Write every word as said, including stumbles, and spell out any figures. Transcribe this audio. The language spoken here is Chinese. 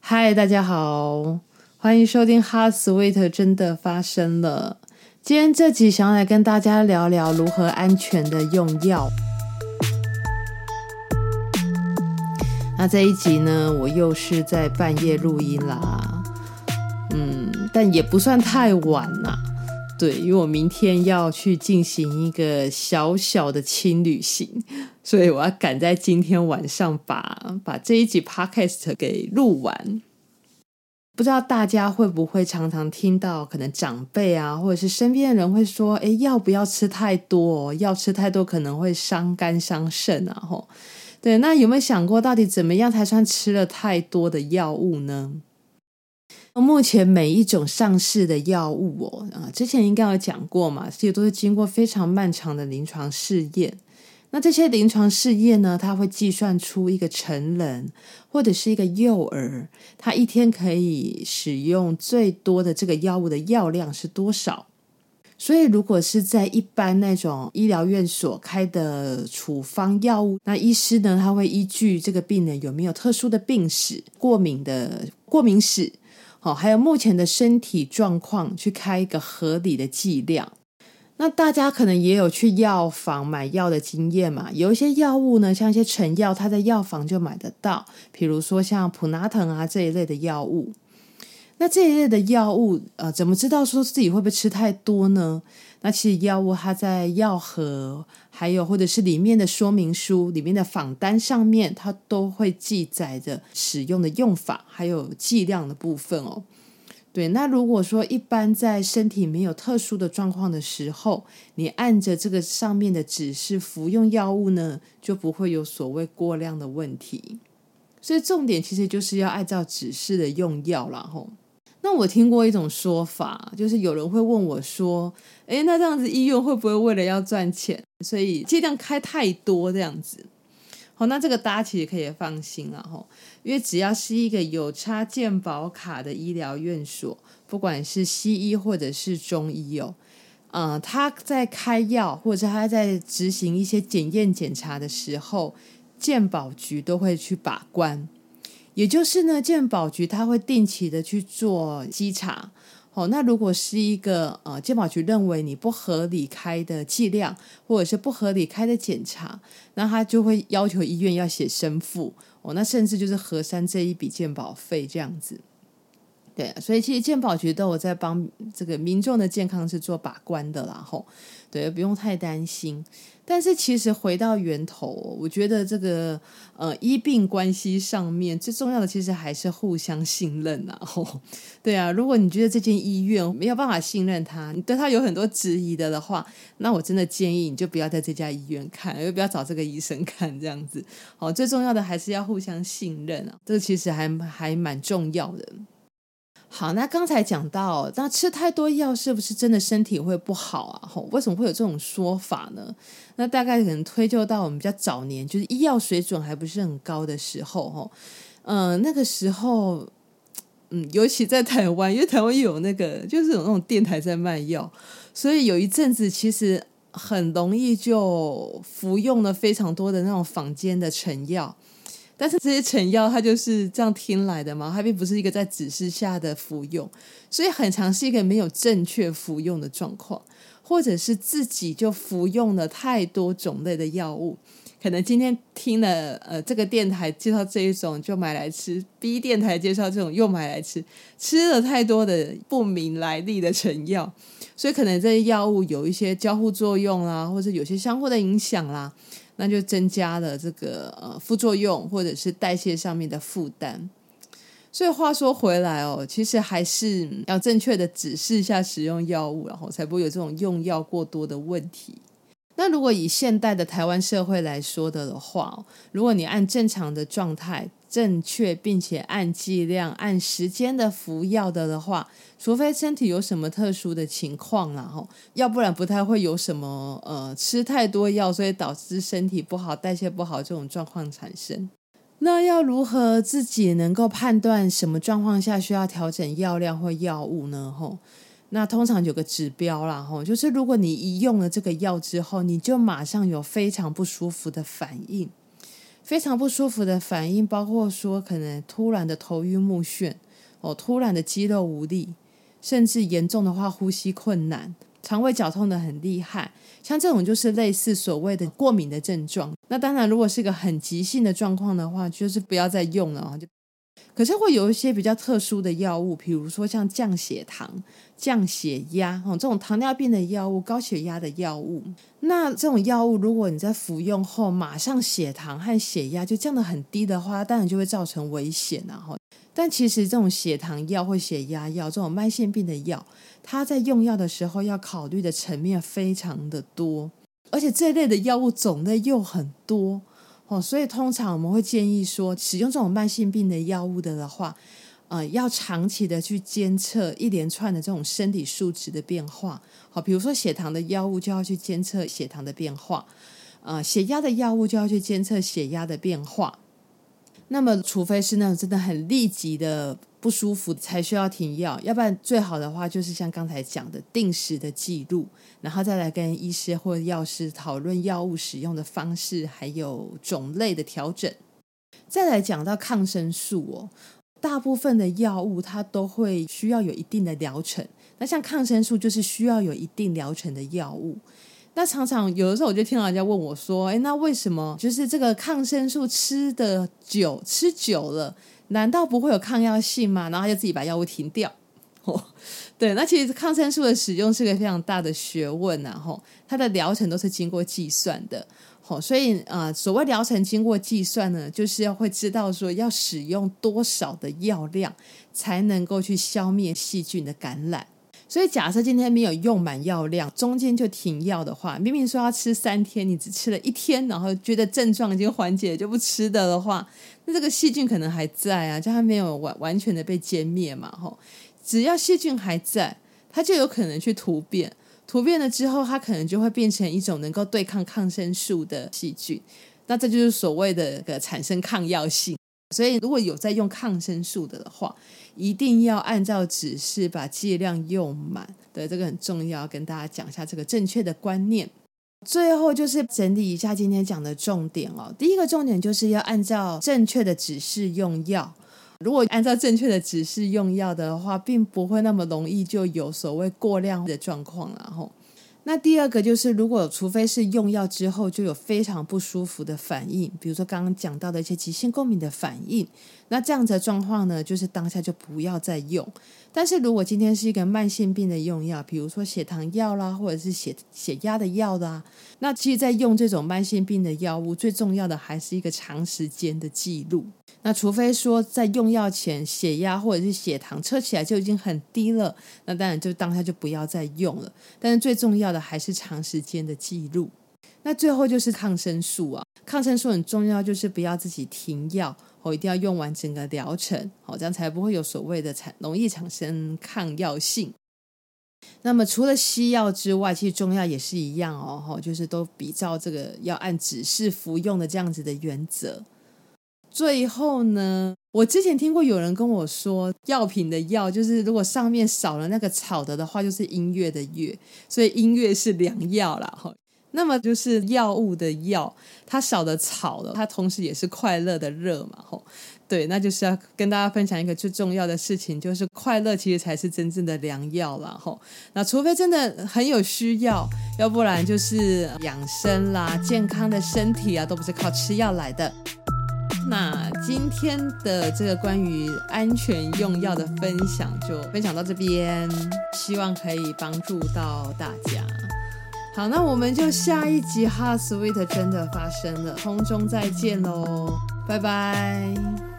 嗨，大家好，欢迎收听 Hot Sweet 真的发生了。今天这集想要来跟大家聊聊如何安全的用药。那这一集呢，我又是在半夜录音啦，嗯，但也不算太晚啦。对，因为我明天要去进行一个小小的轻旅行，所以我要赶在今天晚上把把这一集 podcast 给录完。不知道大家会不会常常听到可能长辈啊或者是身边的人会说，诶，药不要吃太多哦，药吃太多可能会伤肝伤肾啊吼。对，那有没有想过到底怎么样才算吃了太多的药物呢？目前每一种上市的药物哦，啊，之前应该有讲过嘛，这些都是经过非常漫长的临床试验。那这些临床试验呢，它会计算出一个成人或者是一个幼儿，他一天可以使用最多的这个药物的药量是多少。所以如果是在一般那种医疗院所开的处方药物，那医师呢，他会依据这个病人有没有特殊的病史、过敏的过敏史，好，还有目前的身体状况去开一个合理的剂量。那大家可能也有去药房买药的经验嘛，有一些药物呢，像一些成药，它在药房就买得到，比如说像普拿疼啊这一类的药物。那这一类的药物，呃，怎么知道说自己会不会吃太多呢？那其实药物它在药盒，还有或者是里面的说明书、里面的仿单上面，它都会记载着使用的用法，还有剂量的部分哦。对，那如果说一般在身体没有特殊的状况的时候，你按着这个上面的指示服用药物呢，就不会有所谓过量的问题。所以重点其实就是要按照指示的用药啦吼。那我听过一种说法，就是有人会问我说，诶，那这样子医院会不会为了要赚钱，所以剂量开太多这样子？好，那这个大家其实可以放心啦吼，因为只要是一个有插健保卡的医疗院所，不管是西医或者是中医哦，呃，他在开药或者他在执行一些检验检查的时候，健保局都会去把关。也就是呢，健保局他会定期的去做稽查。哦，那如果是一个呃，健保局认为你不合理开的剂量，或者是不合理开的检查，那他就会要求医院要写申复。哦，那甚至就是核删这一笔健保费这样子。对，所以其实健保局都有在帮这个民众的健康是做把关的啦吼，对，不用太担心。但是其实回到源头，我觉得这个呃医病关系上面最重要的其实还是互相信任啊吼。对啊，如果你觉得这间医院没有办法信任他，你对他有很多质疑的的话，那我真的建议你就不要在这家医院看，也不要找这个医生看这样子。好，最重要的还是要互相信任啊，这个其实还还蛮重要的。好，那刚才讲到，那吃太多药是不是真的身体会不好啊？吼，为什么会有这种说法呢？那大概可能推究到我们比较早年，就是医药水准还不是很高的时候，吼，呃，那个时候，嗯，尤其在台湾，因为台湾有那个就是有那种电台在卖药，所以有一阵子其实很容易就服用了非常多的那种坊间的成药。但是这些成药它就是这样听来的嘛，它并不是一个在指示下的服用，所以很常是一个没有正确服用的状况，或者是自己就服用了太多种类的药物，可能今天听了呃这个电台介绍这一种就买来吃， B 电台介绍这种又买来吃，吃了太多的不明来历的成药，所以可能这些药物有一些交互作用啦，或者有些相互的影响啦，那就增加了这个呃副作用或者是代谢上面的负担。所以话说回来哦，其实还是要正确的指示下使用药物，然后才不会有这种用药过多的问题。那如果以现代的台湾社会来说的的话，如果你按正常的状态正确并且按剂量按时间的服药的的话，除非身体有什么特殊的情况啦，要不然不太会有什么呃吃太多药所以导致身体不好代谢不好这种状况产生。那要如何自己能够判断什么状况下需要调整药量或药物呢？吼，那通常有个指标啦，吼，就是如果你一用了这个药之后，你就马上有非常不舒服的反应， 非常不舒服的反应包括说可能突然的头晕目眩、哦、突然的肌肉无力，甚至严重的话呼吸困难，肠胃绞痛的很厉害，像这种就是类似所谓的过敏的症状。那当然如果是个很急性的状况的话，就是不要再用了。可是会有一些比较特殊的药物，比如说像降血糖、降血压、哦、这种糖尿病的药物、高血压的药物。那这种药物如果你在服用后马上血糖和血压就降得很低的话，当然就会造成危险啊。但其实这种血糖药或血压药，这种慢性病的药，它在用药的时候要考虑的层面非常的多，而且这类的药物种类又很多、哦、所以通常我们会建议说，使用这种慢性病的药物的的话、呃、要长期的去监测一连串的这种生理数值的变化、哦、比如说血糖的药物就要去监测血糖的变化、呃、血压的药物就要去监测血压的变化。那么除非是那种真的很立即的不舒服才需要停药，要不然最好的话就是像刚才讲的定时的记录，然后再来跟医师或药师讨论药物使用的方式还有种类的调整。再来讲到抗生素哦，大部分的药物它都会需要有一定的疗程，那像抗生素就是需要有一定疗程的药物。那常常有的时候我就听到人家问我说，诶，那为什么就是这个抗生素吃的久吃久了难道不会有抗药性吗？然后他就自己把药物停掉、哦、对，那其实抗生素的使用是个非常大的学问啊、哦、它的疗程都是经过计算的、哦、所以、呃、所谓疗程经过计算呢，就是要会知道说要使用多少的药量才能够去消灭细菌的感染。所以假设今天没有用满药量，中间就停药的话，明明说要吃三天，你只吃了一天，然后觉得症状已经缓解就不吃的的话，那这个细菌可能还在啊，就它没有完完全的被歼灭嘛。只要细菌还在，它就有可能去突变，突变了之后它可能就会变成一种能够对抗抗生素的细菌，那这就是所谓的个产生抗药性。所以如果有在用抗生素的的话，一定要按照指示把剂量用满，对，这个很重要，跟大家讲一下这个正确的观念。最后就是整理一下今天讲的重点哦。第一个重点就是要按照正确的指示用药，如果按照正确的指示用药的话，并不会那么容易就有所谓过量的状况啦吼。那第二个就是如果除非是用药之后就有非常不舒服的反应，比如说刚刚讲到的一些急性过敏的反应，那这样子的状况呢，就是当下就不要再用。但是如果今天是一个慢性病的用药，比如说血糖药啦，或者是 血, 血压的药啦，那其实在用这种慢性病的药物，最重要的还是一个长时间的记录。那除非说在用药前血压或者是血糖测起来就已经很低了，那当然就当下就不要再用了，但是最重要的还是长时间的记录。那最后就是抗生素啊，抗生素很重要，就是不要自己停药、哦、一定要用完整个疗程、哦、这样才不会有所谓的产容易产生抗药性。那么除了西药之外，其实中药也是一样哦，就是都比照这个要按指示服用的这样子的原则。最后呢，我之前听过有人跟我说，药品的药就是如果上面少了那个草的的话，就是音乐的乐，所以音乐是良药啦。那么就是药物的药，它少了草了，它同时也是快乐的乐嘛。对，那就是要跟大家分享一个最重要的事情，就是快乐其实才是真正的良药啦。那除非真的很有需要，要不然就是养生啦、健康的身体啊，都不是靠吃药来的。那今天的这个关于安全用药的分享就分享到这边，希望可以帮助到大家。好，那我们就下一集 Heart Sweet 真的发生了空中再见咯，拜拜。